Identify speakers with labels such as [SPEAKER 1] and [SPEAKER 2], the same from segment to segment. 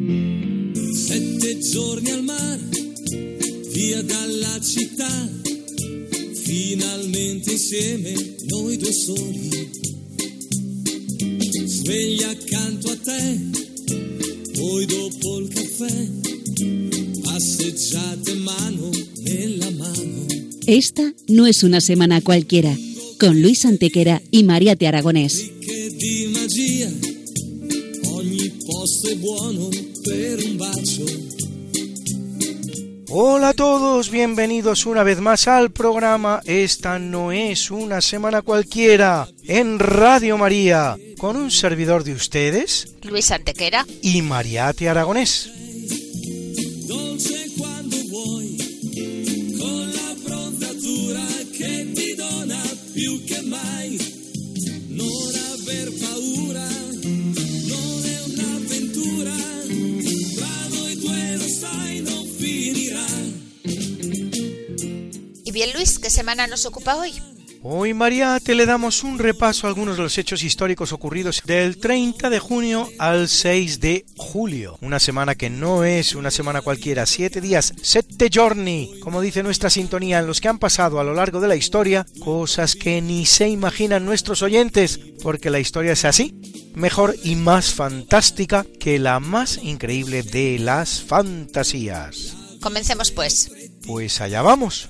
[SPEAKER 1] 7 giorni al mare, via dalla città, finalmente insieme noi due soli, sveglia accanto a te, poi dopo il caffè, passeggiate mano nella mano.
[SPEAKER 2] Esta no es una semana cualquiera, con Luis Antequera y Mariate Aragonés.
[SPEAKER 1] Ricche di magia, ogni posto è buono per un bacio.
[SPEAKER 3] Hola a todos, bienvenidos una vez más al programa Esta no es una semana cualquiera, en Radio María, con un servidor de ustedes,
[SPEAKER 4] Luis Antequera
[SPEAKER 3] y Mariate Aragonés.
[SPEAKER 1] Dolce quando vuoi, con la prontatura che ti dona più che mai. Non aver paura, non è un'avventura, tra noi due lo sai, non finirà.
[SPEAKER 4] Y bien, Luis, ¿qué semana nos ocupa hoy?
[SPEAKER 3] Hoy, Mariate, le damos un repaso a algunos de los hechos históricos ocurridos del 30 de junio al 6 de julio. Una semana que no es una semana cualquiera, 7 días, 7 giorni, como dice nuestra sintonía, en los que han pasado a lo largo de la historia cosas que ni se imaginan nuestros oyentes, porque la historia es así, mejor y más fantástica que la más increíble de las fantasías.
[SPEAKER 4] Comencemos pues.
[SPEAKER 3] Pues allá vamos.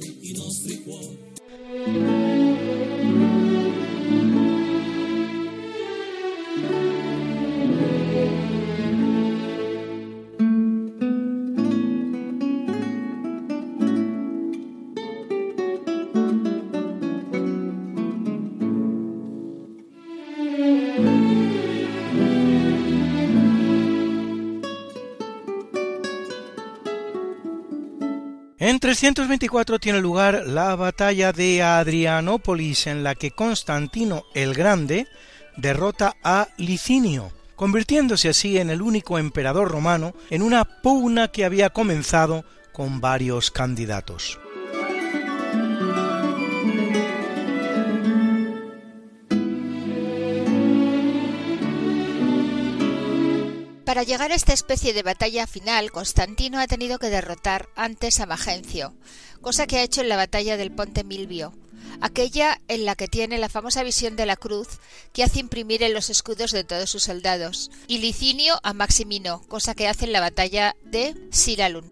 [SPEAKER 3] En 324 tiene lugar la batalla de Adrianópolis, en la que Constantino el Grande derrota a Licinio, convirtiéndose así en el único emperador romano en una pugna que había comenzado con varios candidatos.
[SPEAKER 4] Para llegar a esta especie de batalla final, Constantino ha tenido que derrotar antes a Magencio, cosa que ha hecho en la batalla del Ponte Milvio, aquella en la que tiene la famosa visión de la cruz que hace imprimir en los escudos de todos sus soldados, y Licinio a Maximino, cosa que hace en la batalla de Siralum.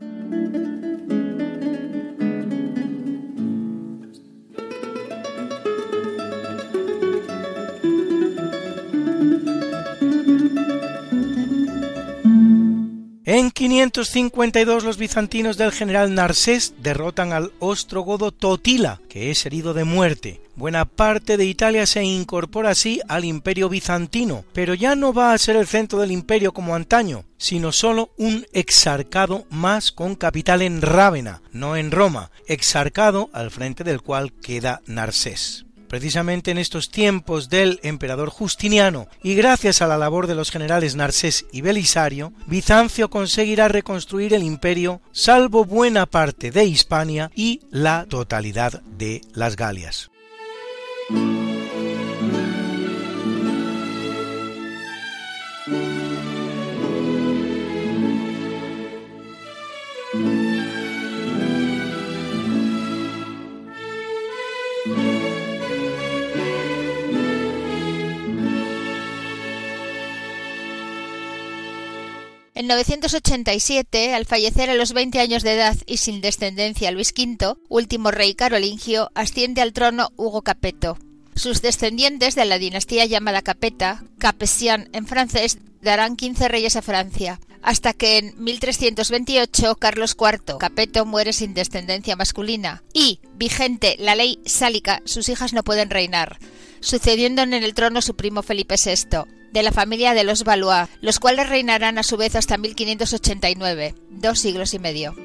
[SPEAKER 3] En 552 los bizantinos del general Narsés derrotan al ostrogodo Totila, que es herido de muerte. Buena parte de Italia se incorpora así al imperio bizantino, pero ya no va a ser el centro del imperio como antaño, sino solo un exarcado más con capital en Rávena, no en Roma, exarcado al frente del cual queda Narsés. Precisamente en estos tiempos del emperador Justiniano y gracias a la labor de los generales Narsés y Belisario, Bizancio conseguirá reconstruir el imperio, salvo buena parte de Hispania y la totalidad de las Galias.
[SPEAKER 4] En 987, al fallecer a los 20 años de edad y sin descendencia Luis V, último rey carolingio, asciende al trono Hugo Capeto. Sus descendientes de la dinastía llamada Capeta, Capetian en francés, darán 15 reyes a Francia, hasta que en 1328 Carlos IV Capeto muere sin descendencia masculina y, vigente la ley sálica, sus hijas no pueden reinar, sucediendo en el trono su primo Felipe VI, de la familia de los Valois, los cuales reinarán a su vez hasta 1589, 2 siglos y medio.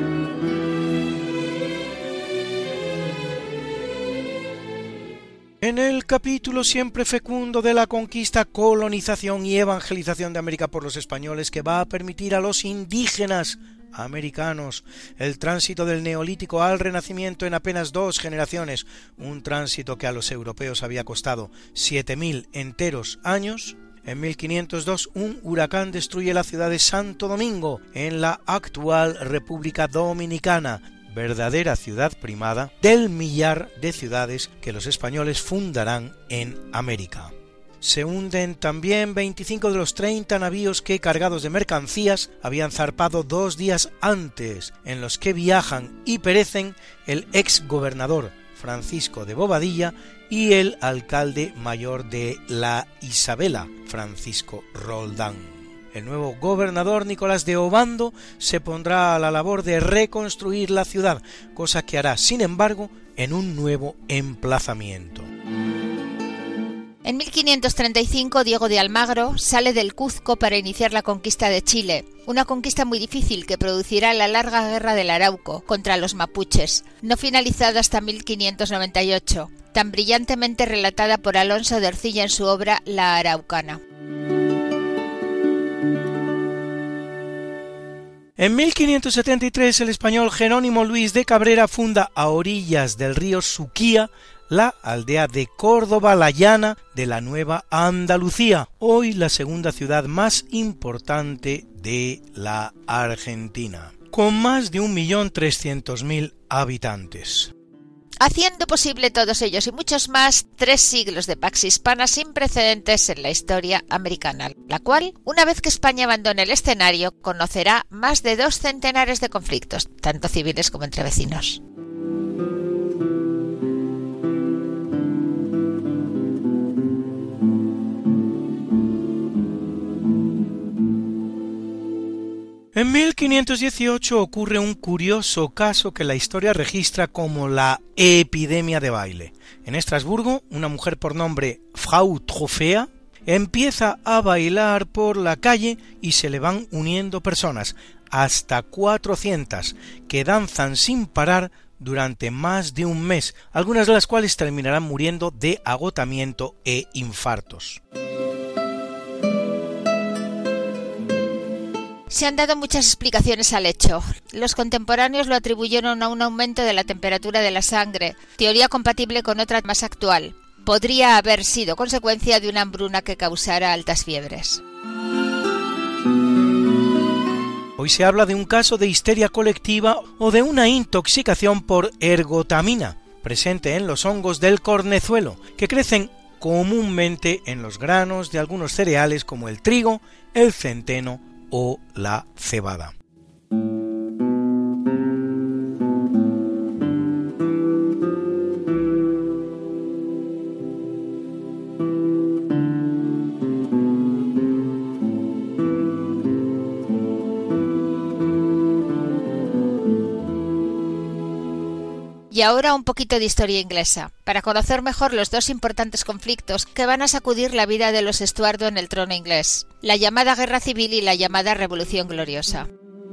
[SPEAKER 3] En En el capítulo siempre fecundo de la conquista, colonización y evangelización de América por los españoles, que va a permitir a los indígenas americanos el tránsito del neolítico al renacimiento en apenas 2 generaciones, un tránsito que a los europeos había costado 7.000 enteros años. En 1502 un huracán destruye la ciudad de Santo Domingo, en la actual República Dominicana, verdadera ciudad primada del millar de ciudades que los españoles fundarán en América. Se hunden también 25 de los 30 navíos que, cargados de mercancías, habían zarpado 2 días antes, en los que viajan y perecen el ex gobernador Francisco de Bobadilla y el alcalde mayor de La Isabela, Francisco Roldán. El nuevo gobernador Nicolás de Obando se pondrá a la labor de reconstruir la ciudad, cosa que hará, sin embargo, en un nuevo emplazamiento.
[SPEAKER 4] En 1535 Diego de Almagro sale del Cuzco para iniciar la conquista de Chile, una conquista muy difícil que producirá la larga guerra del Arauco contra los mapuches, no finalizada hasta 1598, tan brillantemente relatada por Alonso de Ercilla en su obra La Araucana.
[SPEAKER 3] En 1573 el español Jerónimo Luis de Cabrera funda a orillas del río Suquía la aldea de Córdoba la Llana de la Nueva Andalucía, hoy la segunda ciudad más importante de la Argentina, con más de 1.300.000 habitantes.
[SPEAKER 4] Haciendo posible todos ellos y muchos más 3 siglos de Pax Hispana sin precedentes en la historia americana, la cual, una vez que España abandone el escenario, conocerá más de 2 centenares de conflictos, tanto civiles como entre vecinos.
[SPEAKER 3] En 1518 ocurre un curioso caso que la historia registra como la epidemia de baile. En Estrasburgo, una mujer por nombre Frau Trofea empieza a bailar por la calle y se le van uniendo personas, hasta 400, que danzan sin parar durante más de un mes, algunas de las cuales terminarán muriendo de agotamiento e infartos.
[SPEAKER 4] Se han dado muchas explicaciones al hecho. Los contemporáneos lo atribuyeron a un aumento de la temperatura de la sangre, teoría compatible con otra más actual. Podría haber sido consecuencia de una hambruna que causara altas fiebres.
[SPEAKER 3] Hoy se habla de un caso de histeria colectiva o de una intoxicación por ergotamina, presente en los hongos del cornezuelo, que crecen comúnmente en los granos de algunos cereales como el trigo, el centeno o la cebada.
[SPEAKER 4] Y ahora un poquito de historia inglesa, para conocer mejor los 2 importantes conflictos que van a sacudir la vida de los Estuardo en el trono inglés, la llamada Guerra Civil y la llamada Revolución Gloriosa.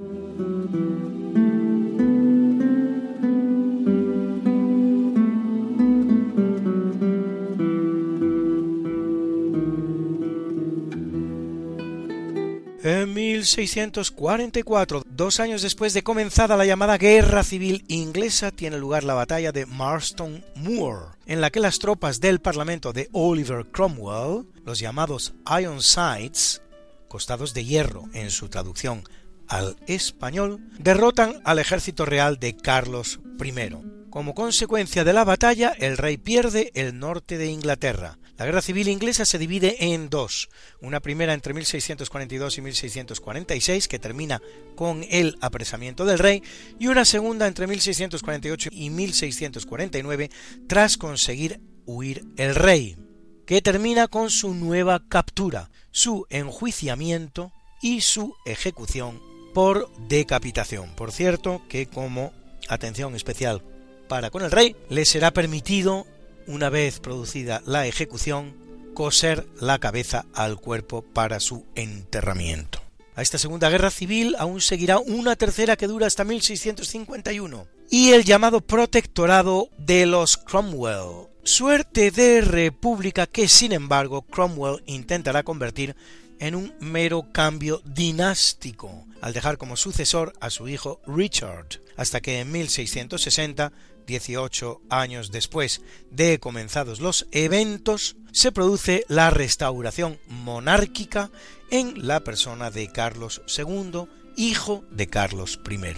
[SPEAKER 3] En 1644, 2 años después de comenzada la llamada Guerra Civil Inglesa, tiene lugar la batalla de Marston Moor, en la que las tropas del Parlamento de Oliver Cromwell, los llamados Ironsides, costados de hierro en su traducción al español, derrotan al ejército real de Carlos I. Como consecuencia de la batalla, el rey pierde el norte de Inglaterra. La Guerra Civil Inglesa se divide en 2, una primera entre 1642 y 1646, que termina con el apresamiento del rey, y una segunda entre 1648 y 1649, tras conseguir huir el rey, que termina con su nueva captura, su enjuiciamiento y su ejecución por decapitación. Por cierto, que como atención especial para con el rey, le será permitido, una vez producida la ejecución, coser la cabeza al cuerpo para su enterramiento. A esta segunda guerra civil aún seguirá una tercera que dura hasta 1651, y el llamado protectorado de los Cromwell, Suerte de república que, sin embargo, Cromwell intentará convertir en un mero cambio dinástico, al dejar como sucesor a su hijo Richard, hasta que en 1660, 18 años después de comenzados los eventos, se produce la restauración monárquica en la persona de Carlos II, hijo de Carlos I.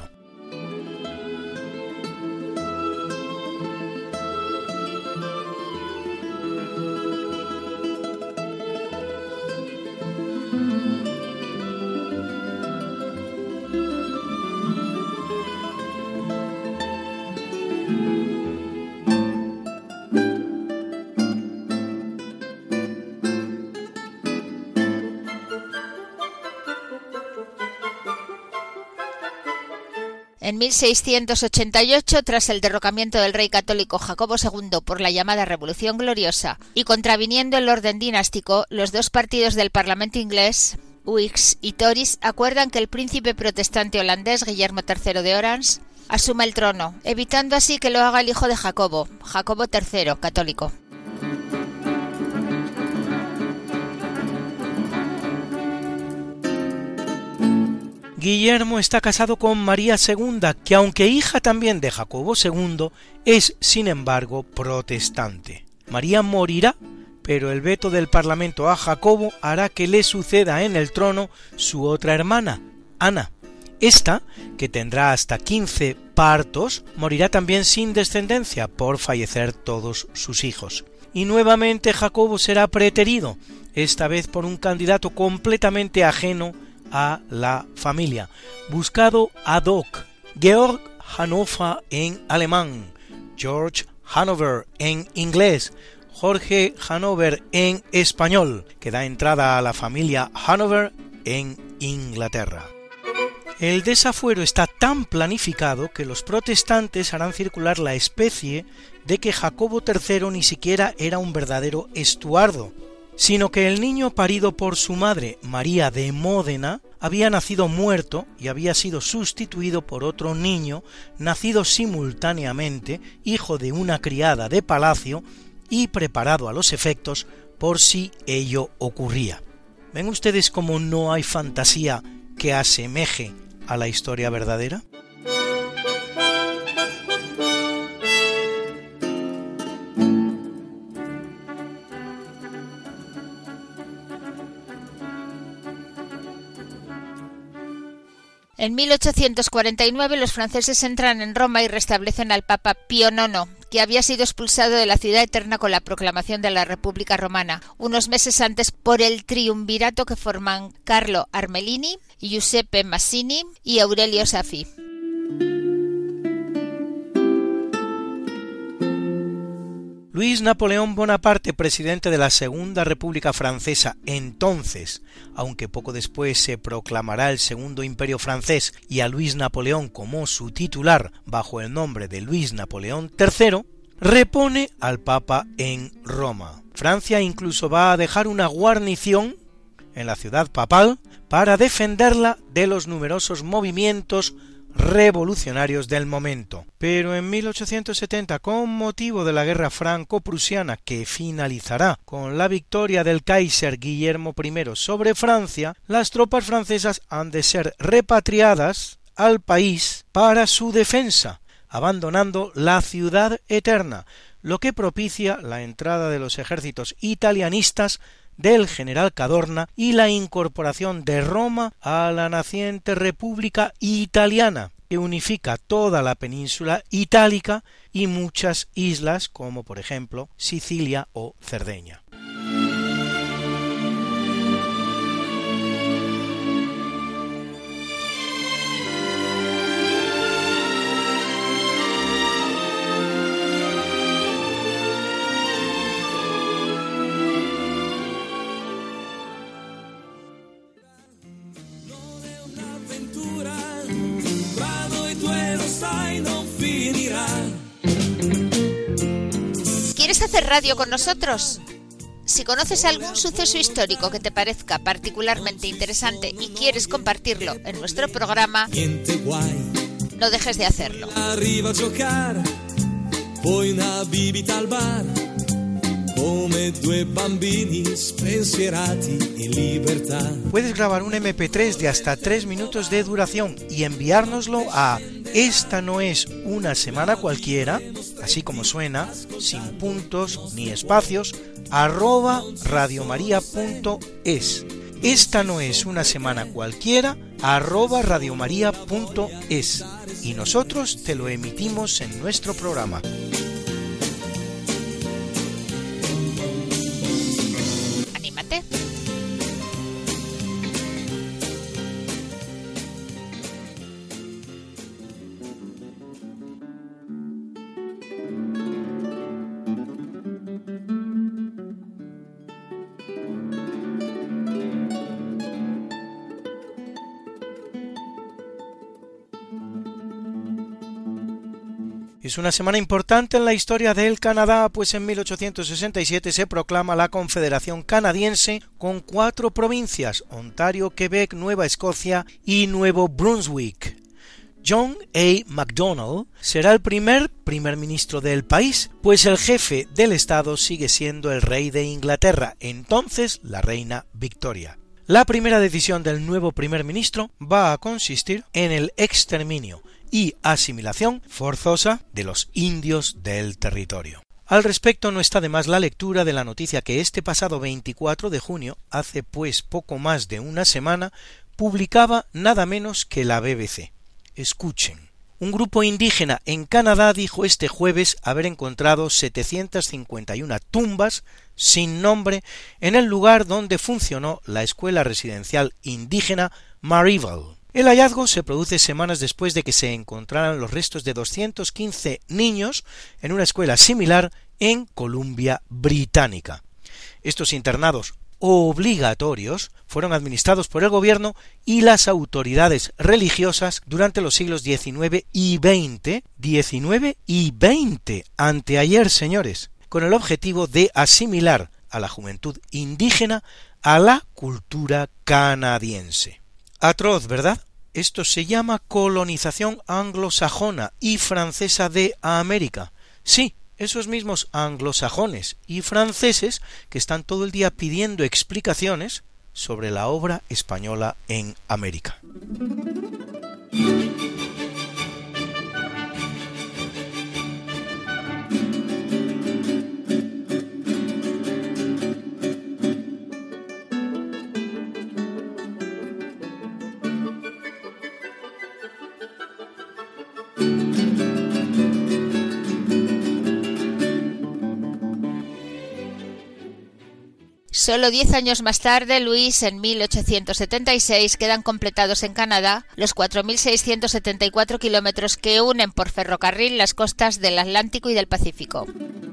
[SPEAKER 4] En 1688, tras el derrocamiento del rey católico Jacobo II por la llamada Revolución Gloriosa y contraviniendo el orden dinástico, los dos partidos del Parlamento inglés, Whigs y Tories, acuerdan que el príncipe protestante holandés Guillermo III de Orange asuma el trono, evitando así que lo haga el hijo de Jacobo, Jacobo III, católico.
[SPEAKER 3] Guillermo está casado con María II, que aunque hija también de Jacobo II, es sin embargo protestante. María morirá, pero el veto del Parlamento a Jacobo hará que le suceda en el trono su otra hermana, Ana. Esta, que tendrá hasta 15 partos, morirá también sin descendencia por fallecer todos sus hijos. Y nuevamente Jacobo será preterido, esta vez por un candidato completamente ajeno a la familia, buscado ad hoc, Georg Hannover en alemán, George Hanover en inglés, Jorge Hanover en español, que da entrada a la familia Hanover en Inglaterra. El desafuero está tan planificado que los protestantes harán circular la especie de que Jacobo III ni siquiera era un verdadero Estuardo, sino que el niño parido por su madre, María de Módena, había nacido muerto y había sido sustituido por otro niño, nacido simultáneamente, hijo de una criada de palacio y preparado a los efectos por si ello ocurría. ¿Ven ustedes cómo no hay fantasía que asemeje a la historia verdadera?
[SPEAKER 4] En 1849 los franceses entran en Roma y restablecen al Papa Pío IX, que había sido expulsado de la ciudad eterna con la proclamación de la República Romana, unos meses antes por el triunvirato que forman Carlo Armelini, Giuseppe Mazzini y Aurelio Saffi.
[SPEAKER 3] Luis Napoleón Bonaparte, presidente de la Segunda República Francesa entonces, aunque poco después se proclamará el Segundo Imperio Francés y a Luis Napoleón como su titular bajo el nombre de Luis Napoleón III, repone al Papa en Roma. Francia incluso va a dejar una guarnición en la ciudad papal para defenderla de los numerosos movimientos revolucionarios del momento. Pero en 1870, con motivo de la guerra franco-prusiana que finalizará con la victoria del Kaiser Guillermo I sobre Francia, las tropas francesas han de ser repatriadas al país para su defensa, abandonando la ciudad eterna, lo que propicia la entrada de los ejércitos italianistas del general Cadorna y la incorporación de Roma a la naciente República Italiana, que unifica toda la península itálica y muchas islas como por ejemplo Sicilia o Cerdeña.
[SPEAKER 4] ¿Quieres hacer radio con nosotros? Si conoces algún suceso histórico que te parezca particularmente interesante y quieres compartirlo en nuestro programa, no dejes de hacerlo.
[SPEAKER 1] poi una bibita al bar, come due bambini spensierati in libertà.
[SPEAKER 3] Puedes grabar un MP3 de hasta 3 minutos de duración y enviárnoslo a Esta no es una semana cualquiera, así como suena, sin puntos ni espacios, @radiomaria.es. Esta no es una semana cualquiera, @radiomaria.es. Y nosotros te lo emitimos en nuestro programa.
[SPEAKER 4] ¡Anímate!
[SPEAKER 3] Es una semana importante en la historia del Canadá, pues en 1867 se proclama la Confederación Canadiense con 4 provincias: Ontario, Quebec, Nueva Escocia y Nuevo Brunswick. John A. Macdonald será el primer ministro del país, pues el jefe del Estado sigue siendo el rey de Inglaterra, entonces la reina Victoria. La primera decisión del nuevo primer ministro va a consistir en el exterminio y asimilación forzosa de los indios del territorio. Al respecto no está de más la lectura de la noticia que este pasado 24 de junio, hace pues poco más de una semana, publicaba nada menos que la BBC. Escuchen. Un grupo indígena en Canadá dijo este jueves haber encontrado 751 tumbas sin nombre en el lugar donde funcionó la escuela residencial indígena Marieville. El hallazgo se produce semanas después de que se encontraran los restos de 215 niños en una escuela similar en Columbia Británica. Estos internados obligatorios fueron administrados por el gobierno y las autoridades religiosas durante los siglos XIX y XX, anteayer, señores, con el objetivo de asimilar a la juventud indígena a la cultura canadiense. Atroz, ¿verdad? Esto se llama colonización anglosajona y francesa de América. Sí, esos mismos anglosajones y franceses que están todo el día pidiendo explicaciones sobre la obra española en América.
[SPEAKER 4] Solo 10 años más tarde, Luis, en 1876, quedan completados en Canadá los 4.674 kilómetros que unen por ferrocarril las costas del Atlántico y del Pacífico.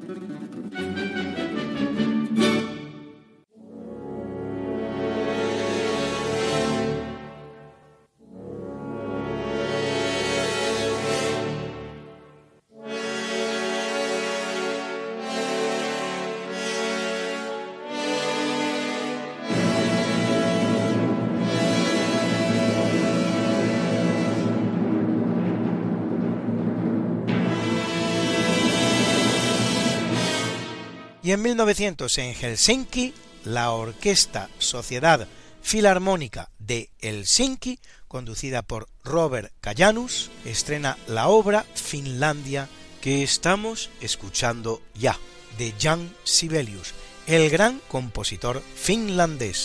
[SPEAKER 3] Y en 1900 en Helsinki, la Orquesta Sociedad Filarmónica de Helsinki, conducida por Robert Kajanus, estrena la obra Finlandia que estamos escuchando ya, de Jan Sibelius, el gran compositor finlandés.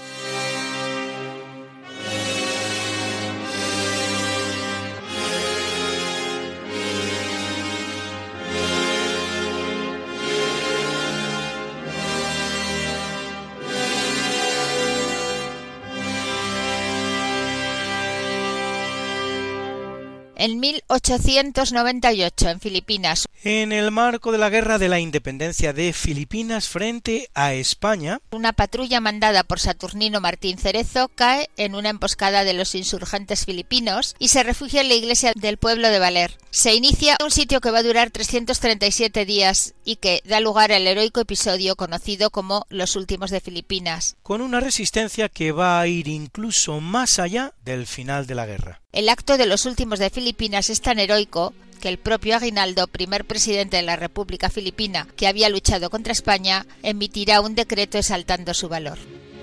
[SPEAKER 4] En 1898, en Filipinas.
[SPEAKER 3] En el marco de la Guerra de la Independencia de Filipinas frente a España,
[SPEAKER 4] una patrulla mandada por Saturnino Martín Cerezo cae en una emboscada de los insurgentes filipinos y se refugia en la iglesia del pueblo de Baler. Se inicia un sitio que va a durar 337 días y que da lugar al heroico episodio conocido como Los Últimos de Filipinas,
[SPEAKER 3] con una resistencia que va a ir incluso más allá del final de la guerra.
[SPEAKER 4] El acto de Los Últimos de Filipinas es tan heroico que el propio Aguinaldo, primer presidente de la República Filipina que había luchado contra España, emitirá un decreto exaltando su valor.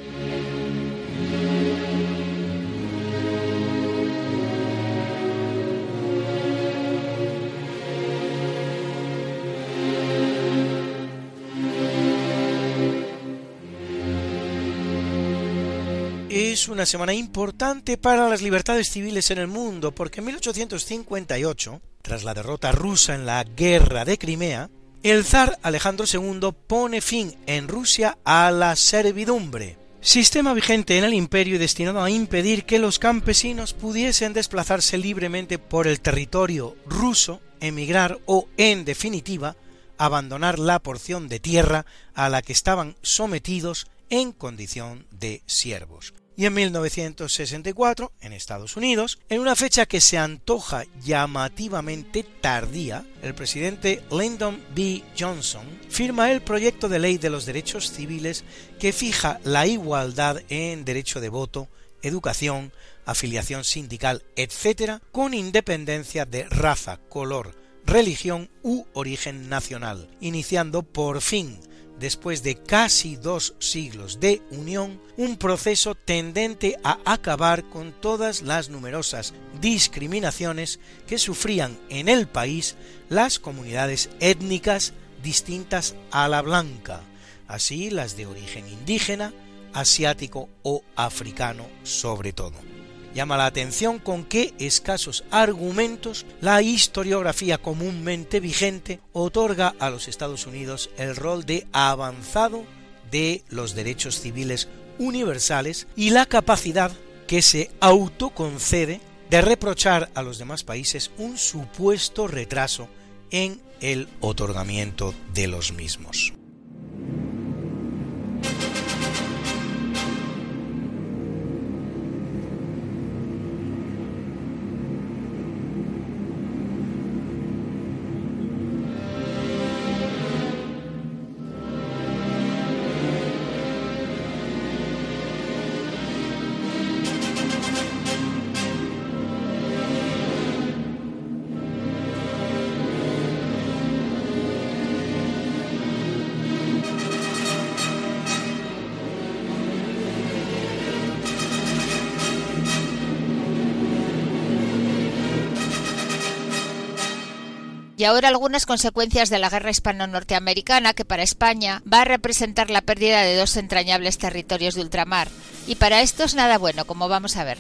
[SPEAKER 3] Es una semana importante para las libertades civiles en el mundo, porque en 1858, tras la derrota rusa en la Guerra de Crimea, el zar Alejandro II pone fin en Rusia a la servidumbre, sistema vigente en el imperio y destinado a impedir que los campesinos pudiesen desplazarse libremente por el territorio ruso, emigrar o, en definitiva, abandonar la porción de tierra a la que estaban sometidos en condición de siervos. Y en 1964, en Estados Unidos, en una fecha que se antoja llamativamente tardía, el presidente Lyndon B. Johnson firma el proyecto de ley de los derechos civiles que fija la igualdad en derecho de voto, educación, afiliación sindical, etc., con independencia de raza, color, religión u origen nacional, iniciando por fin, después de casi 2 siglos de unión, un proceso tendente a acabar con todas las numerosas discriminaciones que sufrían en el país las comunidades étnicas distintas a la blanca, así las de origen indígena, asiático o africano sobre todo. Llama la atención con qué escasos argumentos la historiografía comúnmente vigente otorga a los Estados Unidos el rol de avanzado de los derechos civiles universales y la capacidad que se autoconcede de reprochar a los demás países un supuesto retraso en el otorgamiento de los mismos.
[SPEAKER 4] Y ahora algunas consecuencias de la guerra hispano-norteamericana, que para España va a representar la pérdida de 2 entrañables territorios de ultramar. Y para esto es nada bueno, como vamos a ver.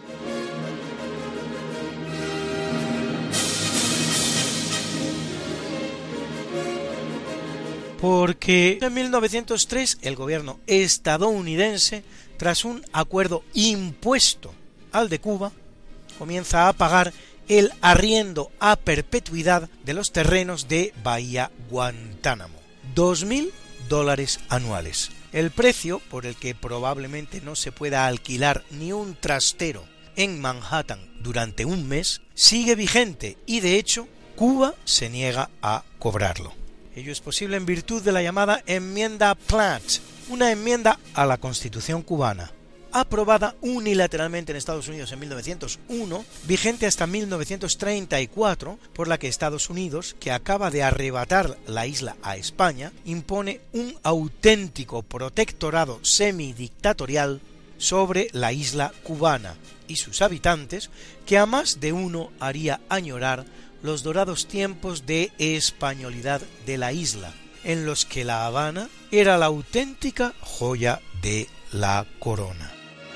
[SPEAKER 3] Porque en 1903 el gobierno estadounidense, tras un acuerdo impuesto al de Cuba, comienza a pagar el arriendo a perpetuidad de los terrenos de Bahía Guantánamo, $2.000 anuales. El precio por el que probablemente no se pueda alquilar ni un trastero en Manhattan durante un mes sigue vigente y de hecho Cuba se niega a cobrarlo. Ello es posible en virtud de la llamada enmienda Platt, una enmienda a la Constitución cubana, aprobada unilateralmente en Estados Unidos en 1901, vigente hasta 1934, por la que Estados Unidos, que acaba de arrebatar la isla a España, impone un auténtico protectorado semidictatorial sobre la isla cubana y sus habitantes, que a más de uno haría añorar los dorados tiempos de españolidad de la isla, en los que La Habana era la auténtica joya de la corona.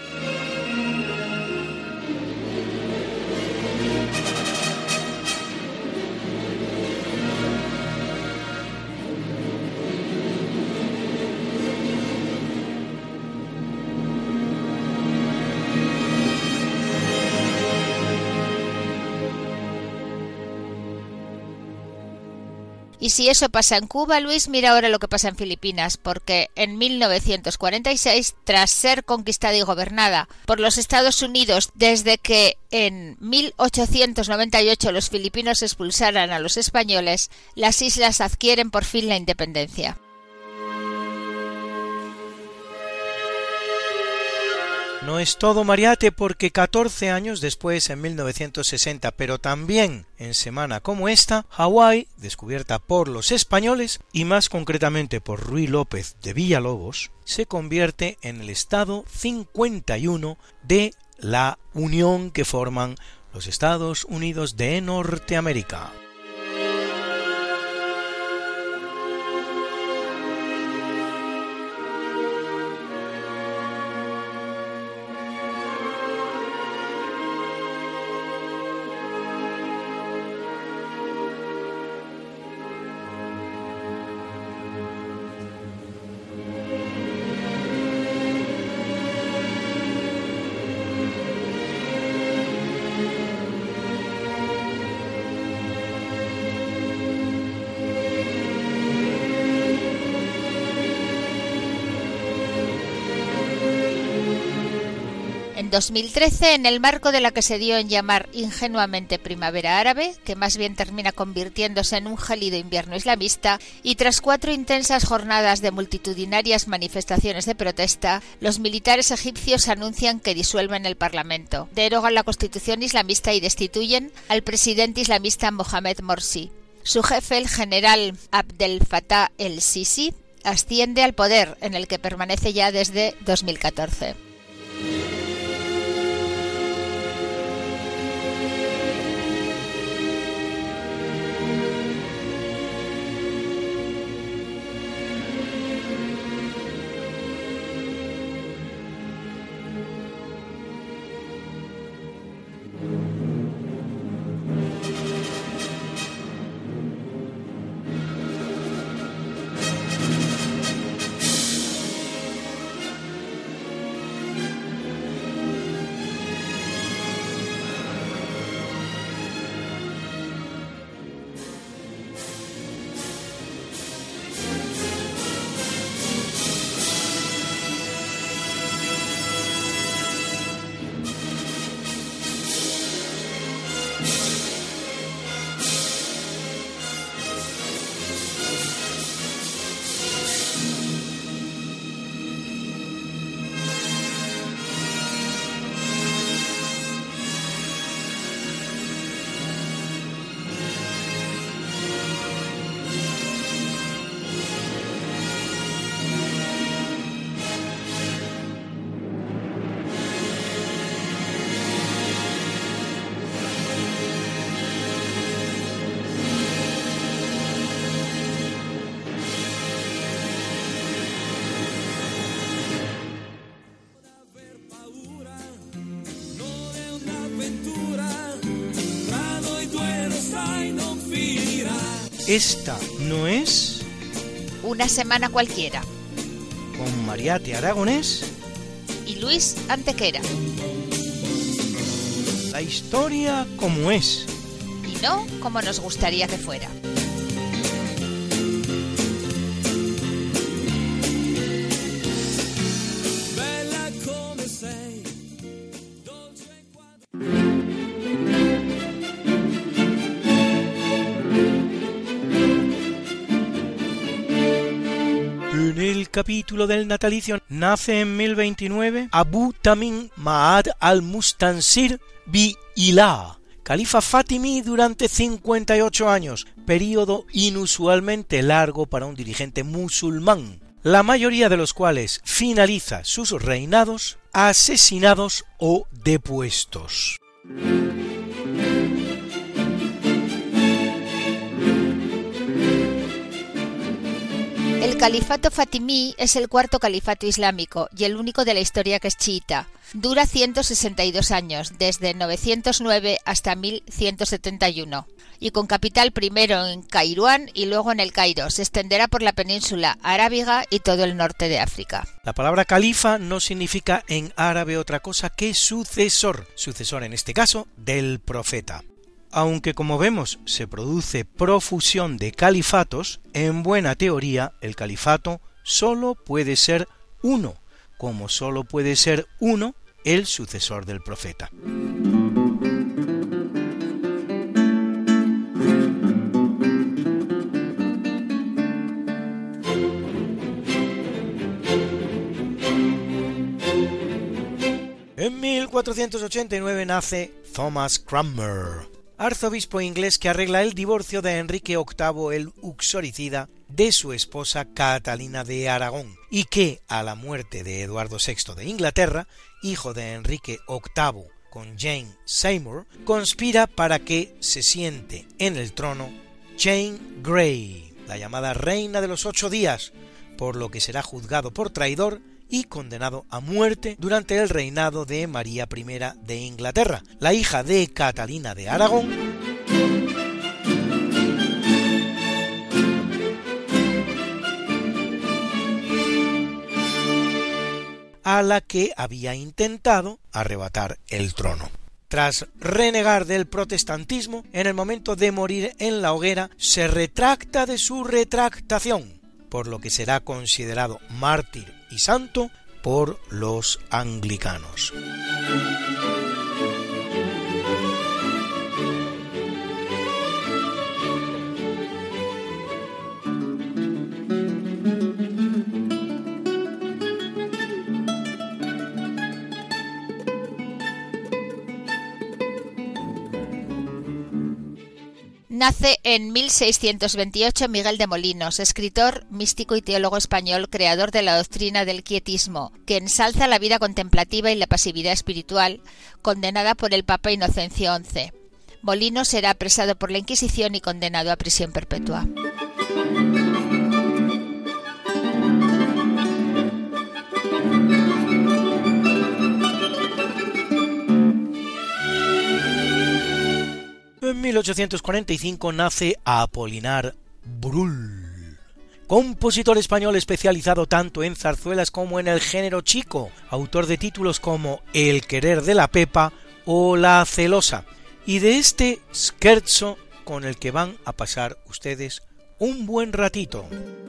[SPEAKER 4] Y si eso pasa en Cuba, Luis, mira ahora lo que pasa en Filipinas, porque en 1946, tras ser conquistada y gobernada por los Estados Unidos desde que en 1898 los filipinos expulsaran a los españoles, las islas adquieren por fin la independencia.
[SPEAKER 3] No es todo, Mariate, porque 14 años después, en 1960, pero también en semana como esta, Hawái, descubierta por los españoles y más concretamente por Ruy López de Villalobos, se convierte en el estado 51 de la unión que forman los Estados Unidos de Norteamérica.
[SPEAKER 4] En 2013, en el marco de la que se dio en llamar ingenuamente Primavera Árabe, que más bien termina convirtiéndose en un gélido invierno islamista, y tras 4 intensas jornadas de multitudinarias manifestaciones de protesta, los militares egipcios anuncian que disuelven el Parlamento, derogan la Constitución islamista y destituyen al presidente islamista Mohamed Morsi. Su jefe, el general Abdel Fattah el-Sisi, asciende al poder, en el que permanece ya desde 2014.
[SPEAKER 3] Esta no es
[SPEAKER 4] Una semana cualquiera,
[SPEAKER 3] con Mariate Aragonés
[SPEAKER 4] y Luis Antequera.
[SPEAKER 3] La historia como es
[SPEAKER 4] Y no como nos gustaría que fuera.
[SPEAKER 3] En el capítulo del natalicio nace en 1029 Abu Tamim Ma'ad al-Mustansir bi-Ilah, califa fatimí durante 58 años, período inusualmente largo para un dirigente musulmán, la mayoría de los cuales finaliza sus reinados asesinados o depuestos.
[SPEAKER 4] El califato fatimí es el cuarto califato islámico y el único de la historia que es chiita. Dura 162 años, desde 909 hasta 1171, y con capital primero en Kairouán y luego en el Cairo. Se extenderá por la península arábiga y todo el norte de África.
[SPEAKER 3] La palabra califa no significa en árabe otra cosa que sucesor en este caso del profeta. Aunque como vemos se produce profusión de califatos, en buena teoría el califato solo puede ser uno, como solo puede ser uno el sucesor del profeta. 1489 nace Thomas Cranmer, arzobispo inglés que arregla el divorcio de Enrique VIII el Uxoricida de su esposa Catalina de Aragón, y que, a la muerte de Eduardo VI de Inglaterra, hijo de Enrique VIII con Jane Seymour, conspira para que se siente en el trono Jane Grey, la llamada Reina de los 8 días, por lo que será juzgado por traidor y condenado a muerte durante el reinado de María I de Inglaterra, la hija de Catalina de Aragón, a la que había intentado arrebatar el trono. Tras renegar del protestantismo, en el momento de morir en la hoguera, se retracta de su retractación, por lo que será considerado mártir y santo por los anglicanos.
[SPEAKER 4] Nace en 1628 Miguel de Molinos, escritor, místico y teólogo español, creador de la doctrina del quietismo, que ensalza la vida contemplativa y la pasividad espiritual, condenada por el Papa Inocencio XI. Molinos será apresado por la Inquisición y condenado a prisión perpetua.
[SPEAKER 3] En 1845 nace Apolinar Brull, compositor español especializado tanto en zarzuelas como en el género chico, autor de títulos como El querer de la Pepa o La celosa, y de este scherzo con el que van a pasar ustedes un buen ratito.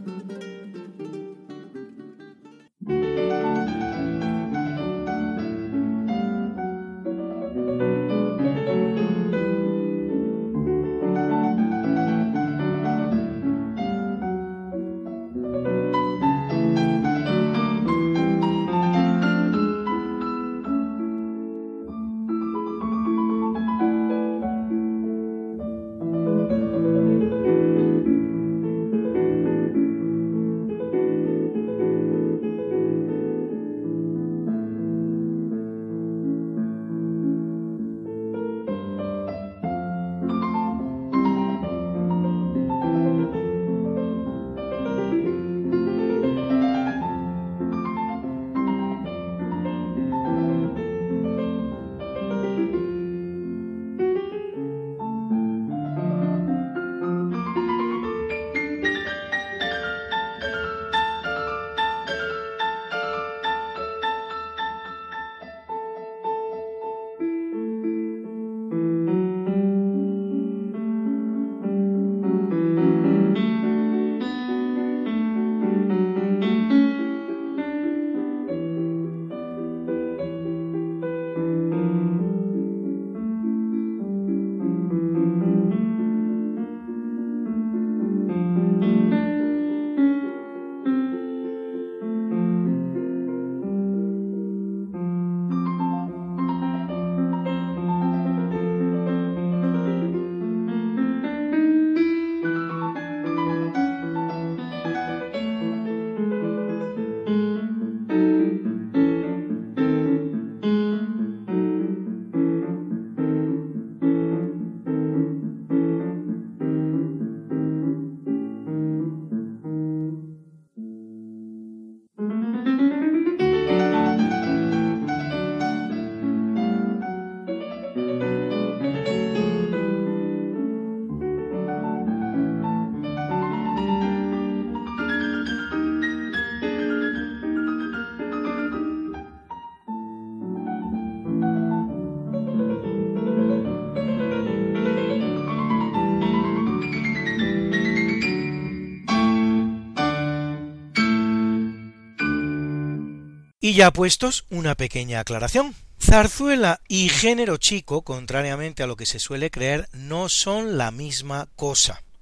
[SPEAKER 3] Y ya puestos, una pequeña aclaración. Zarzuela y género chico, contrariamente a lo que se suele creer, no son la misma cosa.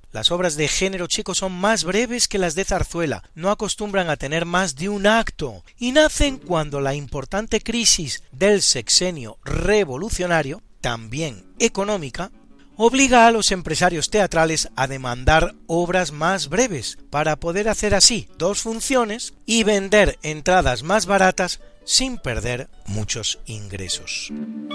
[SPEAKER 3] Las obras de género chico son más breves que las de zarzuela, no acostumbran a tener más de un acto y nacen cuando la importante crisis del sexenio revolucionario, también económica, obliga a los empresarios teatrales a demandar obras más breves para poder hacer así 2 funciones y vender entradas más baratas sin perder muchos ingresos.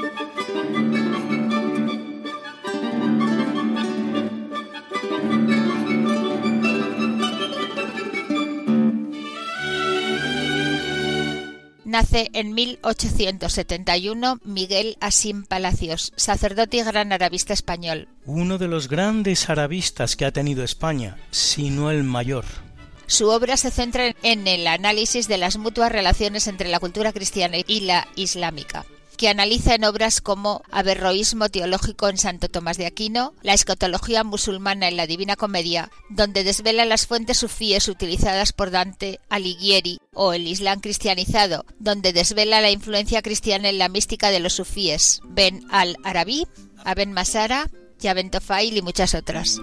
[SPEAKER 4] Nace en 1871 Miguel Asín Palacios, sacerdote y gran arabista español.
[SPEAKER 3] Uno de los grandes arabistas que ha tenido España, si no el mayor.
[SPEAKER 4] Su obra se centra en el análisis de las mutuas relaciones entre la cultura cristiana y la islámica, que analiza en obras como Averroísmo teológico en Santo Tomás de Aquino, la escatología musulmana en la Divina Comedia, donde desvela las fuentes sufíes utilizadas por Dante Alighieri, o el Islam cristianizado, donde desvela la influencia cristiana en la mística de los sufíes, Ben al-Arabi, Aben Masara, Yaben Tofail y muchas otras.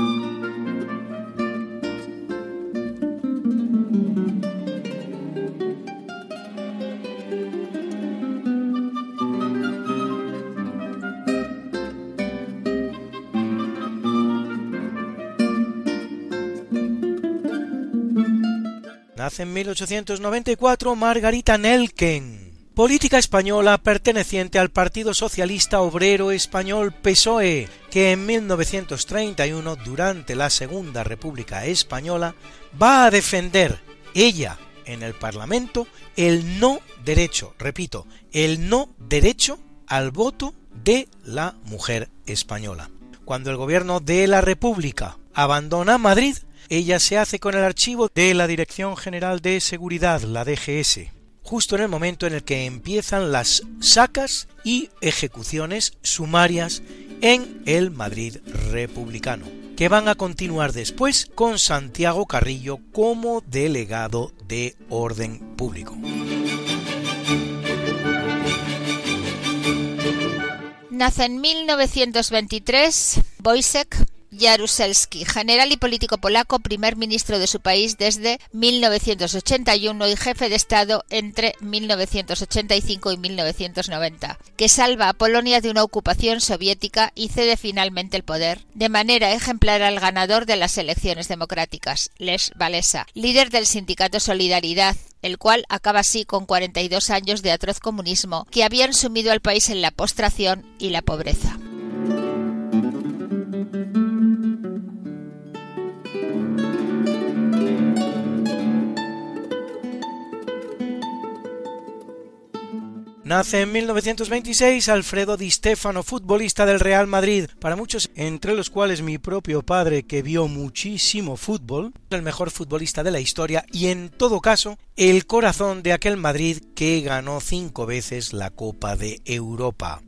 [SPEAKER 3] Nace en 1894 Margarita Nelken, política española perteneciente al Partido Socialista Obrero Español PSOE, que en 1931, durante la Segunda República Española, va a defender, ella en el Parlamento, el no derecho, repito, el no derecho al voto de la mujer española. Cuando el gobierno de la República abandona Madrid, ella se hace con el archivo de la Dirección General de Seguridad, la DGS, justo en el momento en el que empiezan las sacas y ejecuciones sumarias en el Madrid republicano, que van a continuar después con Santiago Carrillo como delegado de orden público.
[SPEAKER 4] Nace en 1923 Wojciech Jaruzelski, general y político polaco, primer ministro de su país desde 1981 y jefe de Estado entre 1985 y 1990, que salva a Polonia de una ocupación soviética y cede finalmente el poder, de manera ejemplar al ganador de las elecciones democráticas, Lech Walesa, líder del sindicato Solidaridad, el cual acaba así con 42 años de atroz comunismo que habían sumido al país en la postración y la pobreza.
[SPEAKER 3] Nace en 1926 Alfredo Di Stéfano, futbolista del Real Madrid, para muchos, entre los cuales mi propio padre, que vio muchísimo fútbol, el mejor futbolista de la historia y en todo caso el corazón de aquel Madrid que ganó 5 veces la Copa de Europa.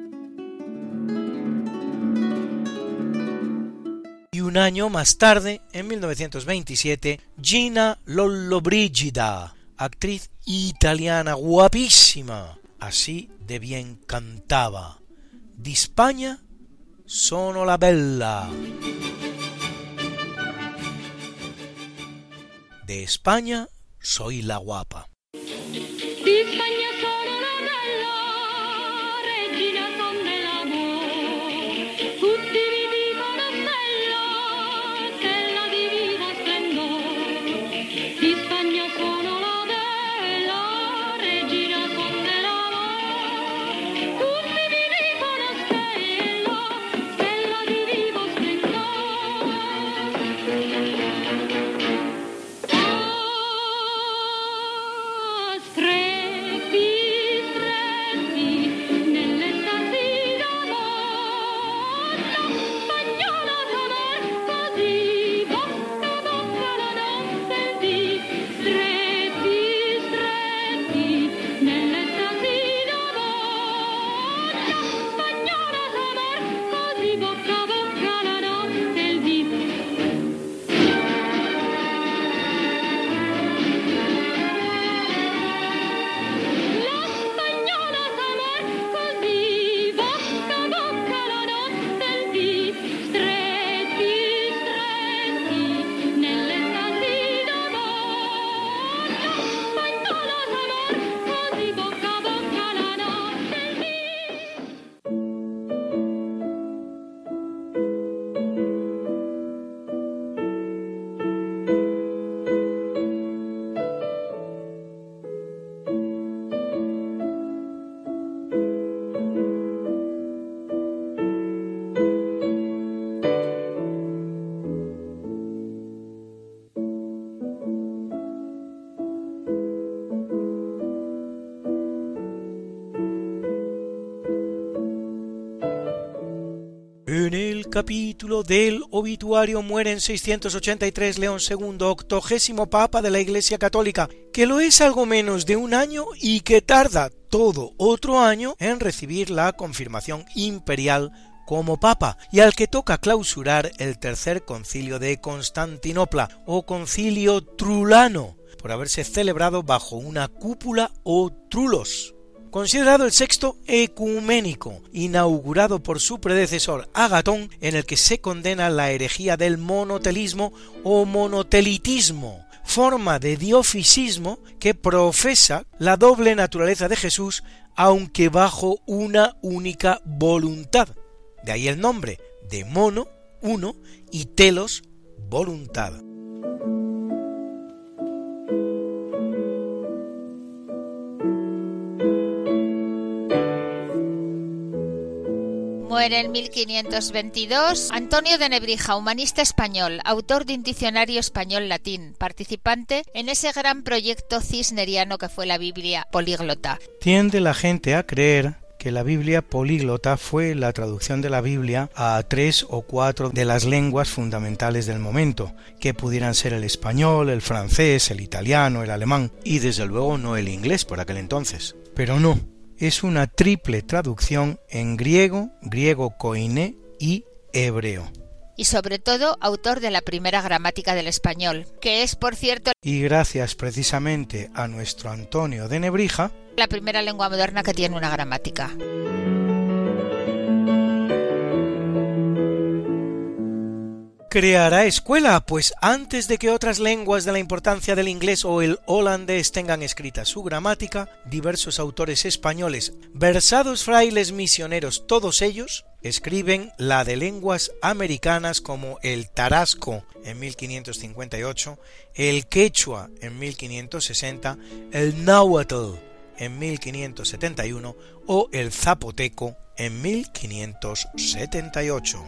[SPEAKER 3] Y un año más tarde, en 1927, Gina Lollobrigida, actriz italiana guapísima, así de bien cantaba: Di Spagna sono la bella. De España soy la guapa.
[SPEAKER 5] Di Spagna sono la bella, regina son dell'amor. Tutti mi dicono stella di vivo splendor. Di Spagna sono la bella, regina son dell'amor. Tutti mi dicono stella di vivo splendor. Stretti, stretti, nelle stasi d'amor, la spagnola d'amor così, bocca a bocca la notte di. Stretti, stretti, nelle stasi d'amor, la spagnola d'amor così, bocca a bocca la notte di.
[SPEAKER 3] Capítulo del obituario. Muere en 683 León II, 80º Papa de la Iglesia Católica, que lo es algo menos de un año y que tarda todo otro año en recibir la confirmación imperial como Papa, y al que toca clausurar el tercer concilio de Constantinopla, o concilio trulano, por haberse celebrado bajo una cúpula o trulos. Considerado el sexto ecuménico, inaugurado por su predecesor Agatón, en el que se condena la herejía del monotelismo o monotelitismo, forma de diofisismo que profesa la doble naturaleza de Jesús, aunque bajo una única voluntad. De ahí el nombre de mono, uno, y telos, voluntad.
[SPEAKER 4] Muere en 1522 Antonio de Nebrija, humanista español, autor de un diccionario español-latín, participante en ese gran proyecto cisneriano que fue la Biblia políglota.
[SPEAKER 3] Tiende la gente a creer que la Biblia políglota fue la traducción de la Biblia a 3 o 4 de las lenguas fundamentales del momento, que pudieran ser el español, el francés, el italiano, el alemán, y desde luego no el inglés por aquel entonces. Pero no. Es una triple traducción en griego, griego koiné y hebreo.
[SPEAKER 4] Y sobre todo autor de la primera gramática del español, que es, por cierto,
[SPEAKER 3] y gracias precisamente a nuestro Antonio de Nebrija,
[SPEAKER 4] la primera lengua moderna que tiene una gramática.
[SPEAKER 3] Creará escuela, pues antes de que otras lenguas de la importancia del inglés o el holandés tengan escrita su gramática, diversos autores españoles, versados frailes misioneros todos ellos, escriben la de lenguas americanas como el tarasco en 1558, el quechua en 1560, el náhuatl en 1571 o el zapoteco en 1578.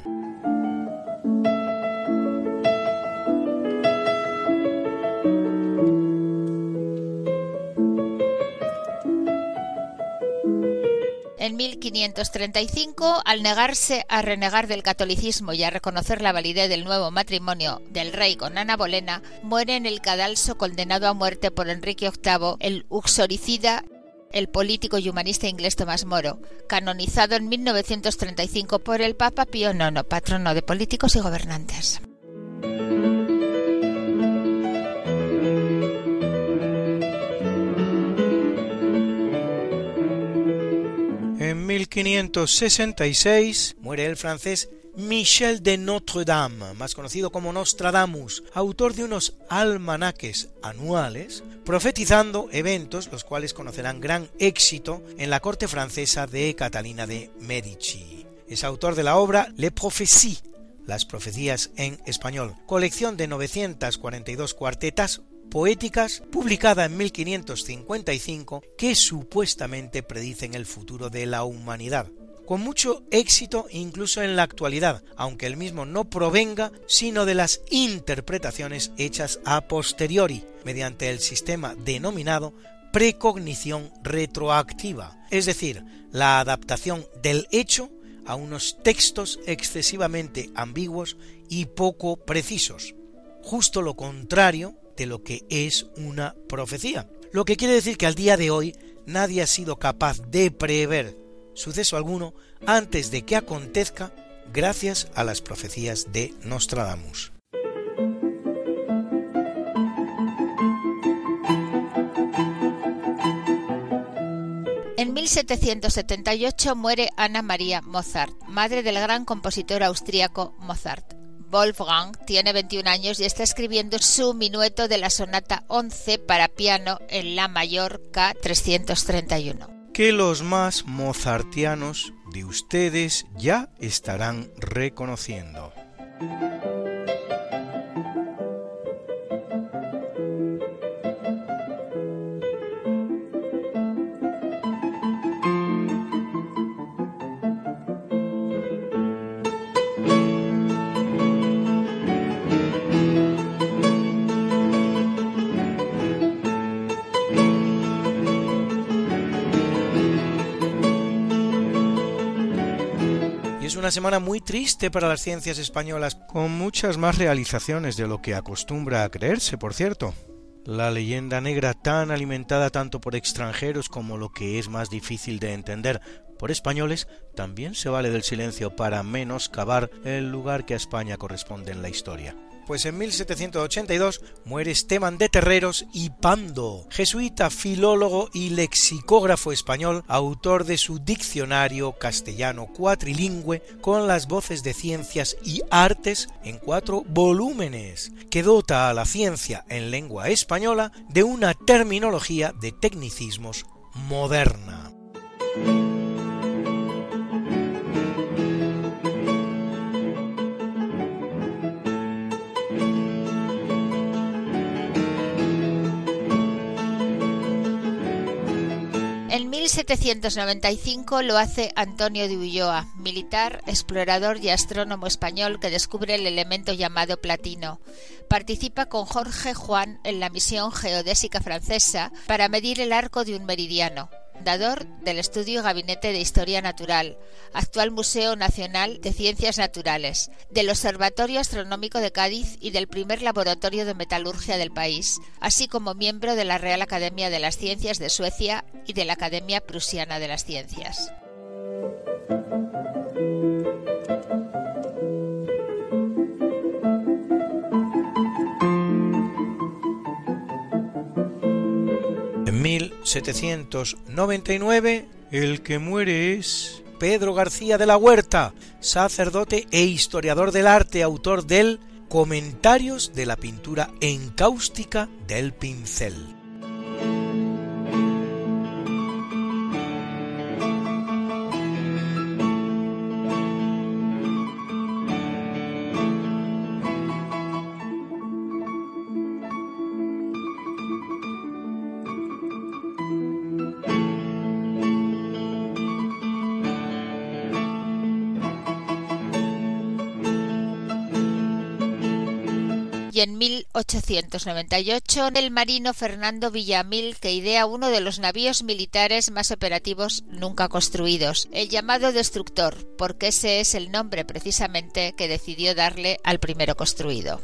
[SPEAKER 4] En 1535, al negarse a renegar del catolicismo y a reconocer la validez del nuevo matrimonio del rey con Ana Bolena, muere en el cadalso condenado a muerte por Enrique VIII, el uxoricida, el político y humanista inglés Tomás Moro, canonizado en 1935 por el Papa Pío IX, patrono de políticos y gobernantes.
[SPEAKER 3] En 1566 muere el francés Michel de Notre-Dame, más conocido como Nostradamus, autor de unos almanaques anuales, profetizando eventos los cuales conocerán gran éxito en la corte francesa de Catalina de Medici. Es autor de la obra Les Prophéties, las profecías en español, colección de 942 cuartetas poéticas, publicada en 1555, que supuestamente predicen el futuro de la humanidad, con mucho éxito incluso en la actualidad, aunque el mismo no provenga sino de las interpretaciones hechas a posteriori, mediante el sistema denominado precognición retroactiva, es decir, la adaptación del hecho a unos textos excesivamente ambiguos y poco precisos, justo lo contrario de lo que es una profecía, lo que quiere decir que al día de hoy nadie ha sido capaz de prever suceso alguno antes de que acontezca gracias a las profecías de Nostradamus.
[SPEAKER 4] En 1778 muere Anna Maria Mozart, madre del gran compositor austríaco Mozart. Wolfgang tiene 21 años y está escribiendo su minueto de la sonata 11 para piano en la mayor K331.
[SPEAKER 3] Que los más mozartianos de ustedes ya estarán reconociendo. una semana muy triste para las ciencias españolas, con muchas más realizaciones de lo que acostumbra a creerse, por cierto. La leyenda negra, tan alimentada tanto por extranjeros como, lo que es más difícil de entender, por españoles, también se vale del silencio para menoscabar el lugar que a España corresponde en la historia. Pues en 1782 muere Esteban de Terreros y Pando, jesuita, filólogo y lexicógrafo español, autor de su diccionario castellano cuatrilingüe con las voces de ciencias y artes en 4 volúmenes, que dota a la ciencia en lengua española de una terminología de tecnicismos moderna.
[SPEAKER 4] En 1795 lo hace Antonio de Ulloa, militar, explorador y astrónomo español que descubre el elemento llamado platino. Participa con Jorge Juan en la misión geodésica francesa para medir el arco de un meridiano. Fundador del Estudio y Gabinete de Historia Natural, actual Museo Nacional de Ciencias Naturales, del Observatorio Astronómico de Cádiz y del primer laboratorio de metalurgia del país, así como miembro de la Real Academia de las Ciencias de Suecia y de la Academia Prusiana de las Ciencias.
[SPEAKER 3] En 1799, el que muere es Pedro García de la Huerta, sacerdote e historiador del arte, autor del Comentarios de la pintura encáustica del pincel.
[SPEAKER 4] Y en 1898 el marino Fernando Villamil, que idea uno de los navíos militares más operativos nunca construidos, el llamado Destructor, porque ese es el nombre precisamente que decidió darle al primero construido.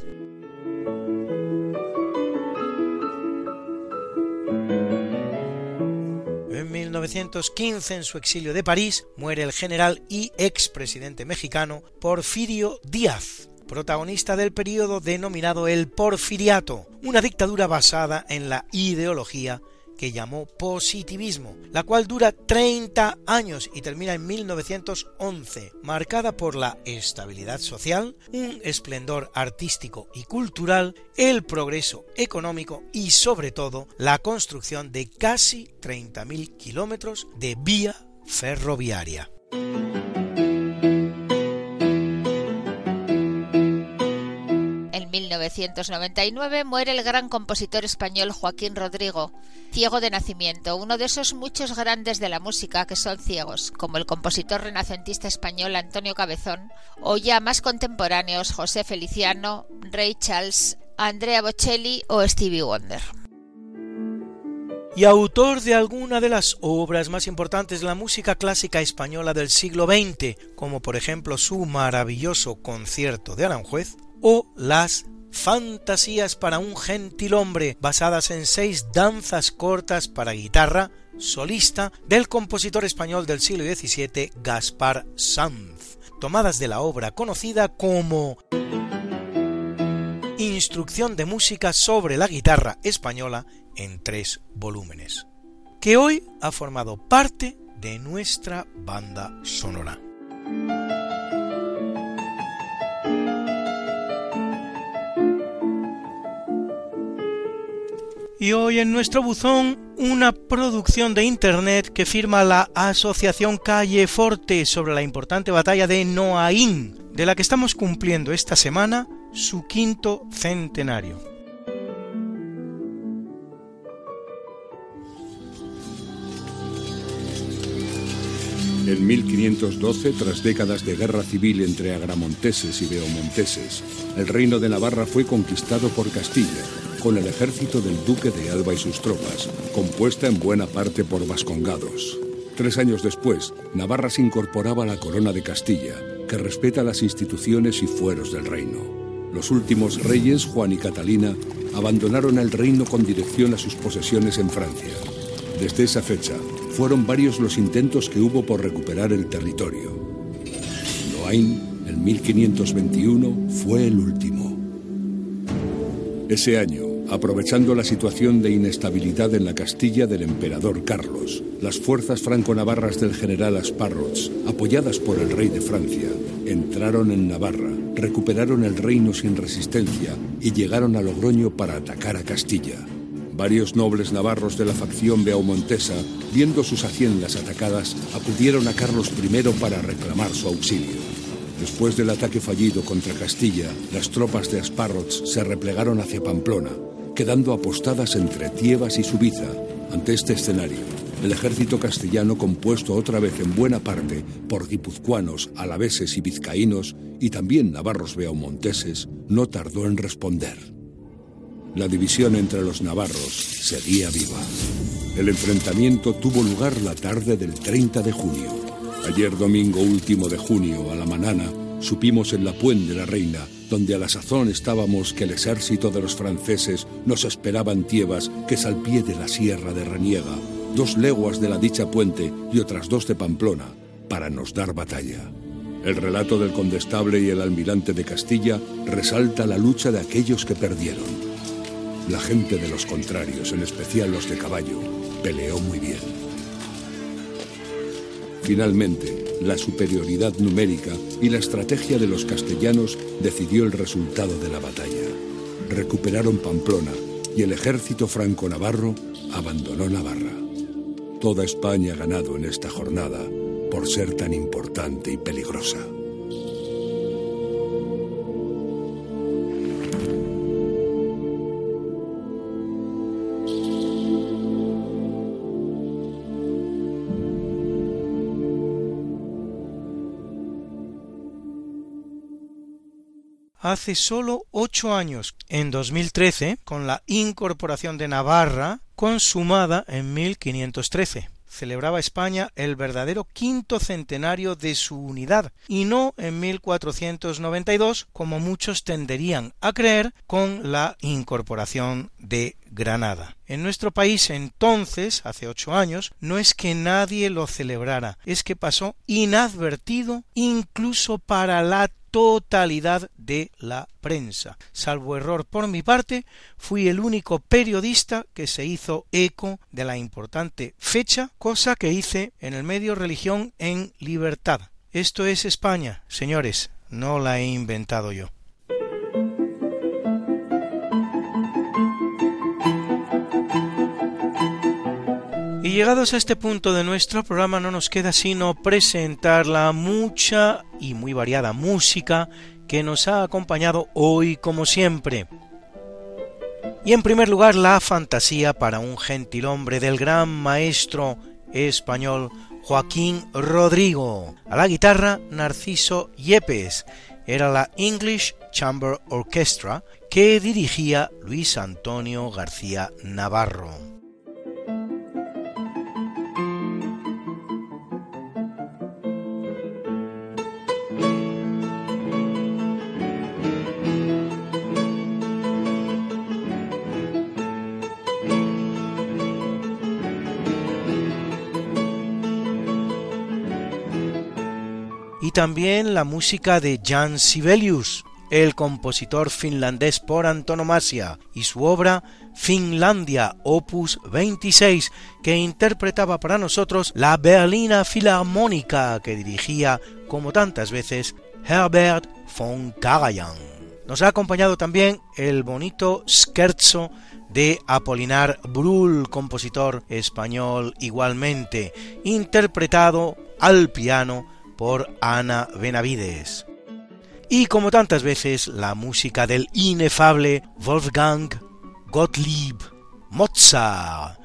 [SPEAKER 3] En 1915, en su exilio de París, muere el general y expresidente mexicano Porfirio Díaz, protagonista del período denominado el Porfiriato, una dictadura basada en la ideología que llamó positivismo, la cual dura 30 años y termina en 1911, marcada por la estabilidad social, un esplendor artístico y cultural, el progreso económico y, sobre todo, la construcción de casi 30.000 kilómetros de vía ferroviaria.
[SPEAKER 4] En 1999 muere el gran compositor español Joaquín Rodrigo, ciego de nacimiento, uno de esos muchos grandes de la música que son ciegos, como el compositor renacentista español Antonio Cabezón, o ya más contemporáneos José Feliciano, Ray Charles, Andrea Bocelli o Stevie Wonder.
[SPEAKER 3] Y autor de alguna de las obras más importantes de la música clásica española del siglo XX, como por ejemplo su maravilloso Concierto de Aranjuez, o las Fantasías para un gentilhombre, basadas en 6 danzas cortas para guitarra solista del compositor español del siglo XVII Gaspar Sanz, tomadas de la obra conocida como Instrucción de música sobre la guitarra española en 3 volúmenes, que hoy ha formado parte de nuestra banda sonora. Y hoy en nuestro buzón, una producción de internet que firma la Asociación Calle Forte sobre la importante batalla de Noaín, de la que estamos cumpliendo esta semana su 5º centenario.
[SPEAKER 6] En 1512, tras décadas de guerra civil entre agramonteses y beomonteses, el reino de Navarra fue conquistado por Castilla, con el ejército del duque de Alba y sus tropas, compuesta en buena parte por vascongados. 3 años después, Navarra se incorporaba a la corona de Castilla, que respeta las instituciones y fueros del reino. Los últimos reyes, Juan y Catalina, abandonaron el reino con dirección a sus posesiones en Francia. Desde esa fecha, fueron varios los intentos que hubo por recuperar el territorio. Loain, en 1521, fue el último. Ese año, aprovechando la situación de inestabilidad en la Castilla del emperador Carlos, las fuerzas franco-navarras del general Asparrots, apoyadas por el rey de Francia, entraron en Navarra, recuperaron el reino sin resistencia y llegaron a Logroño para atacar a Castilla. Varios nobles navarros de la facción beaumontesa, viendo sus haciendas atacadas, acudieron a Carlos I para reclamar su auxilio. Después del ataque fallido contra Castilla, las tropas de Asparrots se replegaron hacia Pamplona, quedando apostadas entre Tiebas y Subiza. Ante este escenario, el ejército castellano, compuesto otra vez en buena parte por guipuzcoanos, alaveses y vizcaínos, y también navarros beaumonteses, no tardó en responder. La división entre los navarros seguía viva. El enfrentamiento tuvo lugar la tarde del 30 de junio. Ayer domingo último de junio, a la manana, supimos en la Puente de la Reina, donde a la sazón estábamos, que el ejército de los franceses nos esperaba en Tiebas, que es al pie de la sierra de Reniega, 2 leguas de la dicha puente y otras 2 de Pamplona, para nos dar batalla. El relato del condestable y el almirante de Castilla resalta la lucha de aquellos que perdieron. La gente de los contrarios, en especial los de caballo, peleó muy bien. Finalmente, la superioridad numérica y la estrategia de los castellanos decidió el resultado de la batalla. Recuperaron Pamplona y el ejército franco-navarro abandonó Navarra. Toda España ha ganado en esta jornada por ser tan importante y peligrosa.
[SPEAKER 3] Hace solo 8 años, en 2013, con la incorporación de Navarra, consumada en 1513. Celebraba España el verdadero 5º centenario de su unidad, y no en 1492, como muchos tenderían a creer, con la incorporación de Granada. En nuestro país entonces, hace 8 años, no es que nadie lo celebrara, es que pasó inadvertido incluso para la totalidad de la prensa. Salvo error por mi parte, fui el único periodista que se hizo eco de la importante fecha, cosa que hice en el medio Religión en Libertad. Esto es España, señores, no la he inventado yo. Y llegados a este punto de nuestro programa no nos queda sino presentar la mucha y muy variada música que nos ha acompañado hoy como siempre. Y en primer lugar la fantasía para un gentilhombre del gran maestro español Joaquín Rodrigo. A la guitarra Narciso Yepes. Era la English Chamber Orchestra que dirigía Luis Antonio García Navarro. Y también la música de Jan Sibelius, el compositor finlandés por antonomasia, y su obra Finlandia, opus 26, que interpretaba para nosotros la Berliner Philharmónica, que dirigía, como tantas veces, Herbert von Karajan. Nos ha acompañado también el bonito scherzo de Apolinar Brull, compositor español igualmente, interpretado al piano por Ana Benavides. Y como tantas veces, la música del inefable Wolfgang Gottlieb Mozart.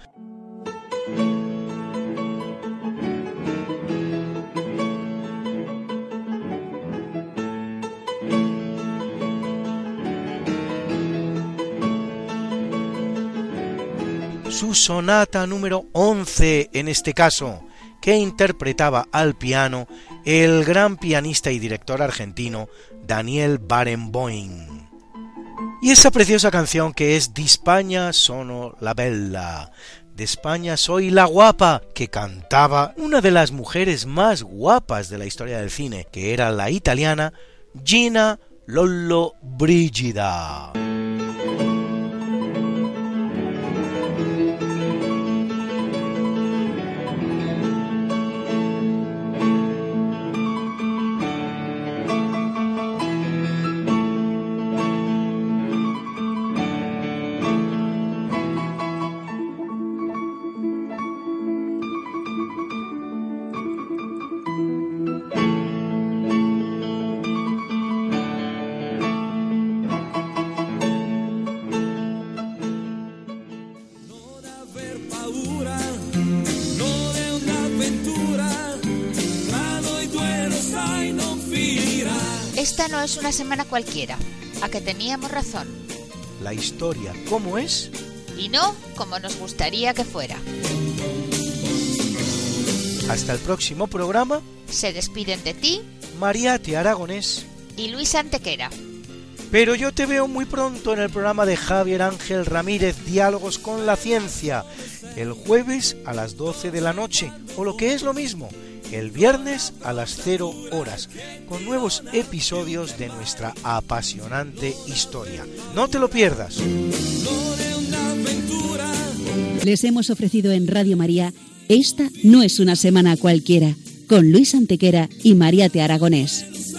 [SPEAKER 3] Su sonata número 11 en este caso, que interpretaba al piano el gran pianista y director argentino Daniel Barenboim. Y esa preciosa canción que es Di Spagna sono la bella, de España soy la guapa, que cantaba una de las mujeres más guapas de la historia del cine, que era la italiana Gina Lollobrigida.
[SPEAKER 4] Esta no es una semana cualquiera, a que teníamos razón.
[SPEAKER 3] La historia, ¿cómo es?
[SPEAKER 4] Y no como nos gustaría que fuera.
[SPEAKER 3] Hasta el próximo programa.
[SPEAKER 4] Se despiden de ti,
[SPEAKER 3] Mariate Aragonés
[SPEAKER 4] y Luis Antequera.
[SPEAKER 3] Pero yo te veo muy pronto en el programa de Javier Ángel Ramírez, Diálogos con la Ciencia, el jueves a las 12 de la noche, o lo que es lo mismo, el viernes a las 0 horas, con nuevos episodios de nuestra apasionante historia. No te lo pierdas.
[SPEAKER 2] Les hemos ofrecido en Radio María Esta no es una semana cualquiera, con Luis Antequera y Mariate Aragonés.